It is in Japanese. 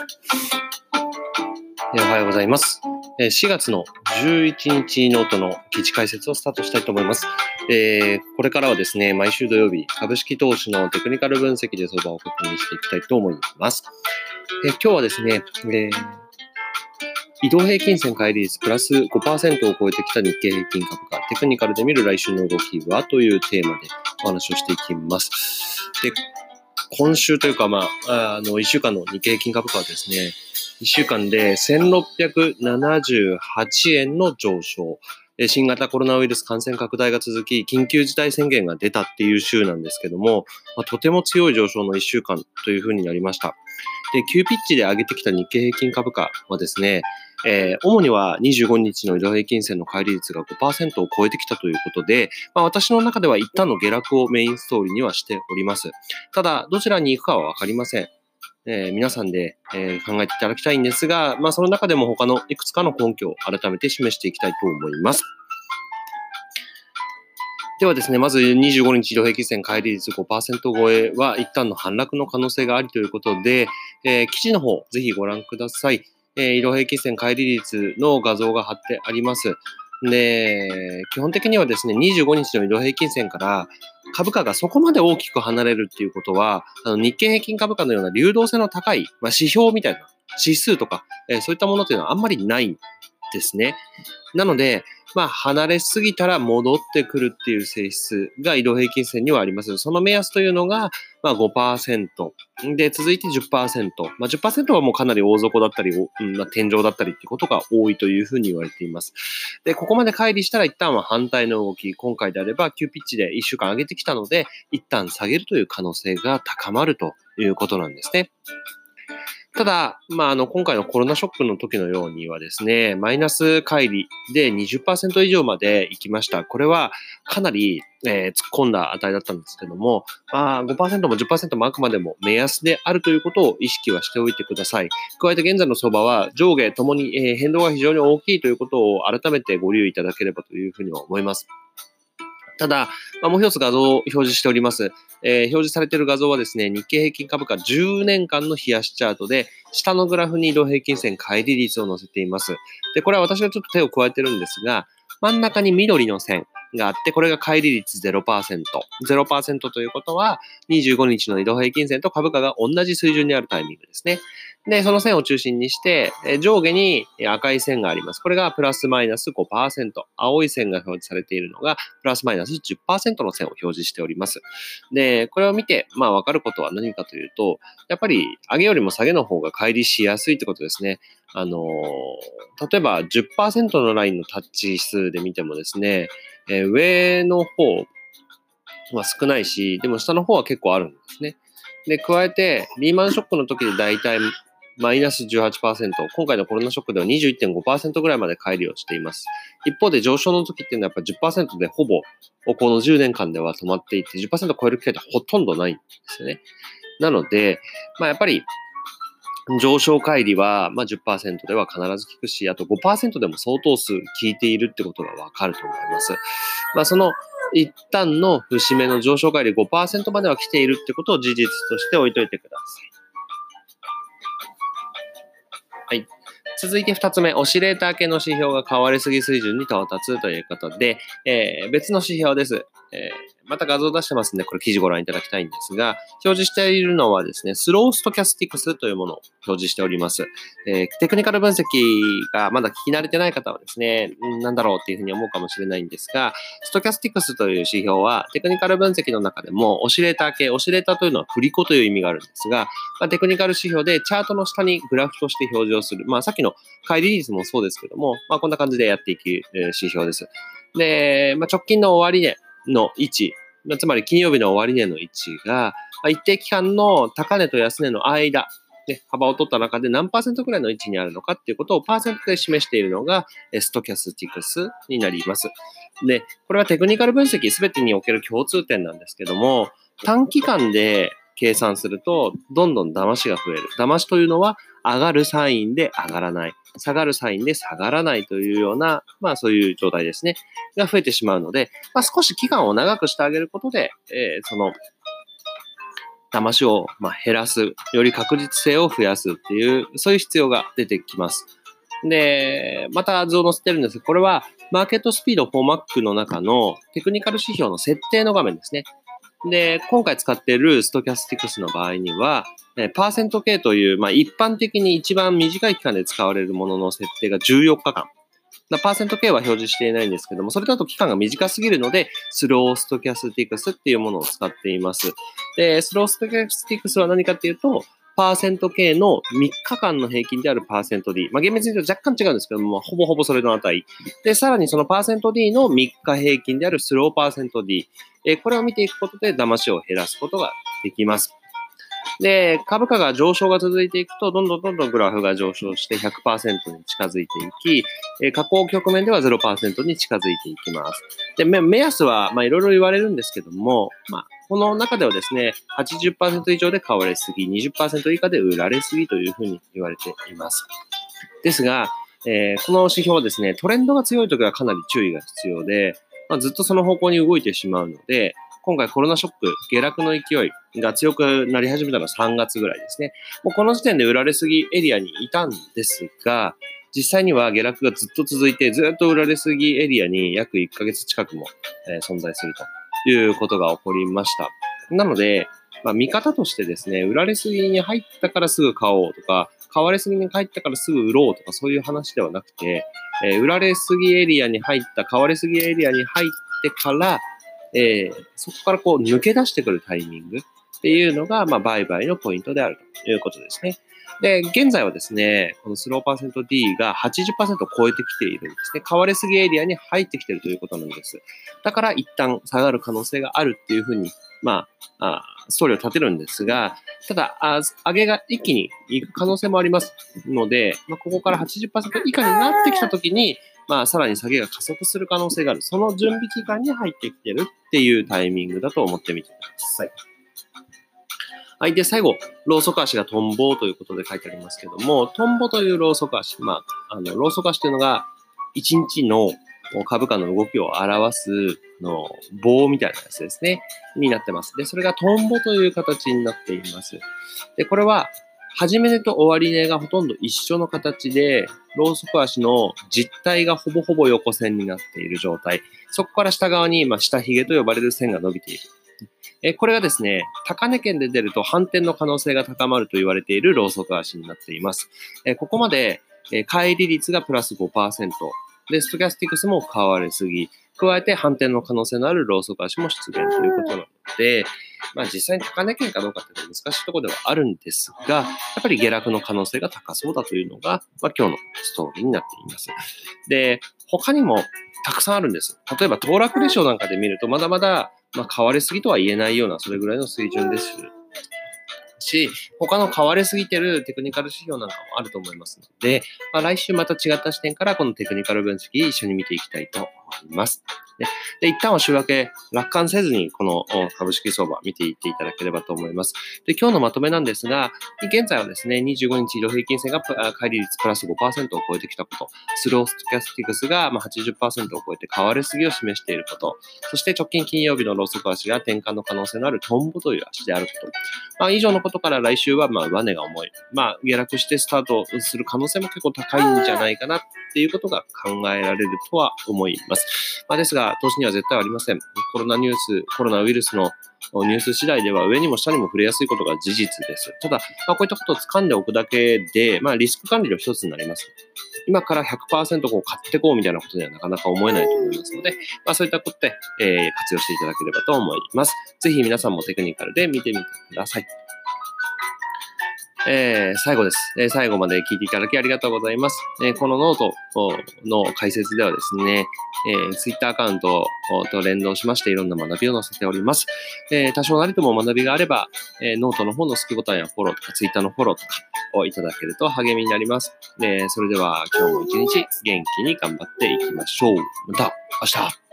おはようございます。4月の11日ノートの記事解説をスタートしたいと思います。これからはですね、毎週土曜日、株式投資のテクニカル分析で相場を確認していきたいと思います。今日はですね、移動平均線乖離率プラス 5% を超えてきた日経平均株価、テクニカルで見る来週の動きはというテーマでお話をしていきます。で、今週というか、1週間の日経平均株価はですね、1週間で1678円の上昇。新型コロナウイルス感染拡大が続き、緊急事態宣言が出たっていう週なんですけども、とても強い上昇の1週間というふうになりました。で、急ピッチで上げてきた日経平均株価はですね、主には25日の移動平均線の乖離率が 5% を超えてきたということで、私の中では一旦の下落をメインストーリーにはしております。ただ、どちらに行くかはわかりません。皆さんで、考えていただきたいんですが、その中でも他のいくつかの根拠を改めて示していきたいと思います。ではですね、まず25日移動平均線乖離率 5% 超えは一旦の反落の可能性がありということで、記事の方ぜひご覧ください。移動平均線乖離率の画像が貼ってあります。で、基本的にはですね、25日の移動平均線から株価がそこまで大きく離れるっていうことは、日経平均株価のような流動性の高い、指標みたいな指数とか、そういったものっていうのはあんまりないんですね。なので、離れすぎたら戻ってくるっていう性質が移動平均線にはあります。その目安というのが、5%。で、続いて 10%。10% はもうかなり大底だったり、天井だったりっていうことが多いというふうに言われています。で、ここまで乖離したら一旦は反対の動き。今回であれば急ピッチで1週間上げてきたので、一旦下げるという可能性が高まるということなんですね。ただ、今回のコロナショックの時のようにはですね、マイナス乖離で 20% 以上まで行きました。これはかなり、突っ込んだ値だったんですけども、5% も 10% もあくまでも目安であるということを意識はしておいてください。加えて現在の相場は上下ともに、変動が非常に大きいということを改めてご留意いただければというふうには思います。ただ、もう一つ画像を表示しております。表示されている画像はですね、日経平均株価10年間の冷やしチャートで、下のグラフに移動平均線乖離率を載せています。で、これは私がちょっと手を加えてるんですが、真ん中に緑の線があって、これが乖離率 0%。0% ということは、25日の移動平均線と株価が同じ水準にあるタイミングですね。で、その線を中心にして、上下に赤い線があります。これがプラスマイナス 5%。青い線が表示されているのが、プラスマイナス 10% の線を表示しております。で、これを見て、わかることは何かというと、やっぱり上げよりも下げの方が乖離しやすいってことですね。例えば 10% のラインのタッチ指数で見てもですね、上の方は少ないし、でも下の方は結構あるんですね。で、加えて、リーマンショックの時でだいたいマイナス 18%、今回のコロナショックでは 21.5% ぐらいまで乖離をしています。一方で上昇の時っていうのはやっぱ 10% でほぼ、この10年間では止まっていて、10% 超える機会ってほとんどないんですよね。なので、やっぱり、上昇乖離は、10% では必ず効くし、あと 5% でも相当数効いているってことがわかると思います。その一旦の節目の上昇乖離 5% までは来ているってことを事実として置いといてください。はい。続いて2つ目、オシレーター系の指標が変わりすぎ水準に到達ということで、別の指標です。また画像を出してますので、これ記事ご覧いただきたいんですが、表示しているのはですね、スローストキャスティクスというものを表示しております。テクニカル分析がまだ聞き慣れてない方はですね、なんだろうっていうふうに思うかもしれないんですが、ストキャスティクスという指標は、テクニカル分析の中でもオシレーター系、オシレーターというのは振り子という意味があるんですが、テクニカル指標でチャートの下にグラフとして表示をする。さっきの乖離率もそうですけども、こんな感じでやっていく指標です。で、直近の終値の位置、つまり金曜日の終値の位置が、一定期間の高値と安値の間、幅を取った中で何パーセントくらいの位置にあるのかっていうことをパーセントで示しているのがストキャスティクスになります。で、これはテクニカル分析すべてにおける共通点なんですけども、短期間で計算すると、どんどん騙しが増える。騙しというのは、上がるサインで上がらない。下がるサインで下がらないというような、そういう状態ですね。が増えてしまうので、少し期間を長くしてあげることで、その騙しを減らす、より確実性を増やすっていう、そういう必要が出てきます。で、また図を載せてるんですが、これはマーケットスピード 4Mac の中のテクニカル指標の設定の画面ですね。で、今回使っているストキャスティクスの場合には、パーセント K という、一般的に一番短い期間で使われるものの設定が14日間。パーセント K は表示していないんですけども、それだと期間が短すぎるので、スローストキャスティクスっていうものを使っています。で、スローストキャスティクスは何かっていうと、パーセント K の3日間の平均であるパーセント D。厳密に言うと若干違うんですけども、ほぼほぼそれの値。で、さらにそのパーセント D の3日平均であるスローパーセント D。これを見ていくことで騙しを減らすことができます。で、株価が上昇が続いていくと、どんどんグラフが上昇して 100% に近づいていき、下降局面では 0% に近づいていきます。で、目安は、いろいろ言われるんですけども、この中ではですね、80% 以上で買われすぎ、20% 以下で売られすぎというふうに言われています。ですが、この指標はですね、トレンドが強いときはかなり注意が必要で、ずっとその方向に動いてしまうので、今回コロナショック、下落の勢いが強くなり始めたのは3月ぐらいですね。もうこの時点で売られすぎエリアにいたんですが、実際には下落がずっと続いて、ずっと売られすぎエリアに約1ヶ月近くも、存在するということが起こりました。なので、見方としてですね、売られすぎに入ったからすぐ買おうとか、買われすぎに入ったからすぐ売ろうとか、そういう話ではなくて、売られすぎエリアに入った、買われすぎエリアに入ってから、そこから抜け出してくるタイミングっていうのが、売買のポイントであるということですね。で、現在はですね、このスローパーセント D が 80% を超えてきているんですね。買われすぎエリアに入ってきているということなんです。だから一旦下がる可能性があるっていうふうに、ストーリーを立てるんですが、ただ、上げが一気に行く可能性もありますので、ここから 80% 以下になってきたときに、さらに下げが加速する可能性がある。その準備期間に入ってきてるっていうタイミングだと思ってみてください。はい。で、最後、ローソク足がトンボということで書いてありますけども、トンボというローソク足、ローソク足というのが、1日の株価の動きを表す棒みたいなやつですね、になってます。で、それがトンボという形になっています。で、これは、始め値と終値がほとんど一緒の形で、ローソク足の実体がほぼほぼ横線になっている状態。そこから下側に、下髭と呼ばれる線が伸びている。これがですね、高値圏で出ると反転の可能性が高まると言われているローソク足になっています。ここまで、乖離率がプラス 5%。で、ストキャスティクスも買われすぎ。加えて反転の可能性のあるローソク足も出現ということなので、実際に高値圏かどうかっていうのは難しいところではあるんですが、やっぱり下落の可能性が高そうだというのが、今日のストーリーになっています。で、他にもたくさんあるんです。例えば、騰落レシオなんかで見ると、まだまだ、買われすぎとは言えないような、それぐらいの水準ですし、他の買われすぎてるテクニカル指標なんかもあると思いますので、来週また違った視点からこのテクニカル分析一緒に見ていきたいと思います。で、一旦は週明け楽観せずにこの株式相場見ていっていただければと思います。で、今日のまとめなんですが、現在はですね、25日移動平均線が乖離率プラス 5% を超えてきたこと、スローストキャスティクスが 80% を超えて買われすぎを示していること、そして直近金曜日のローソク足が転換の可能性のあるトンボという足であること、以上のことから来週は上値が重い、下落してスタートする可能性も結構高いんじゃないかなっていうことが考えられるとは思います。ですが、投資には絶対ありません。コロナウイルスのニュース次第では上にも下にも触れやすいことが事実です。ただ、こういったことを掴んでおくだけで、リスク管理の一つになります。今から 100% 買ってこうみたいなことにはなかなか思えないと思いますので、そういったことで、活用していただければと思います。ぜひ皆さんもテクニカルで見てみてください。最後です。最後まで聞いていただきありがとうございます。このノートの解説ではですね、Twitter アカウントと連動しましていろんな学びを載せております。多少なりとも学びがあれば、ノートの方の好きボタンやフォローとか Twitter のフォローとかをいただけると励みになります。それでは今日も一日元気に頑張っていきましょう。また明日。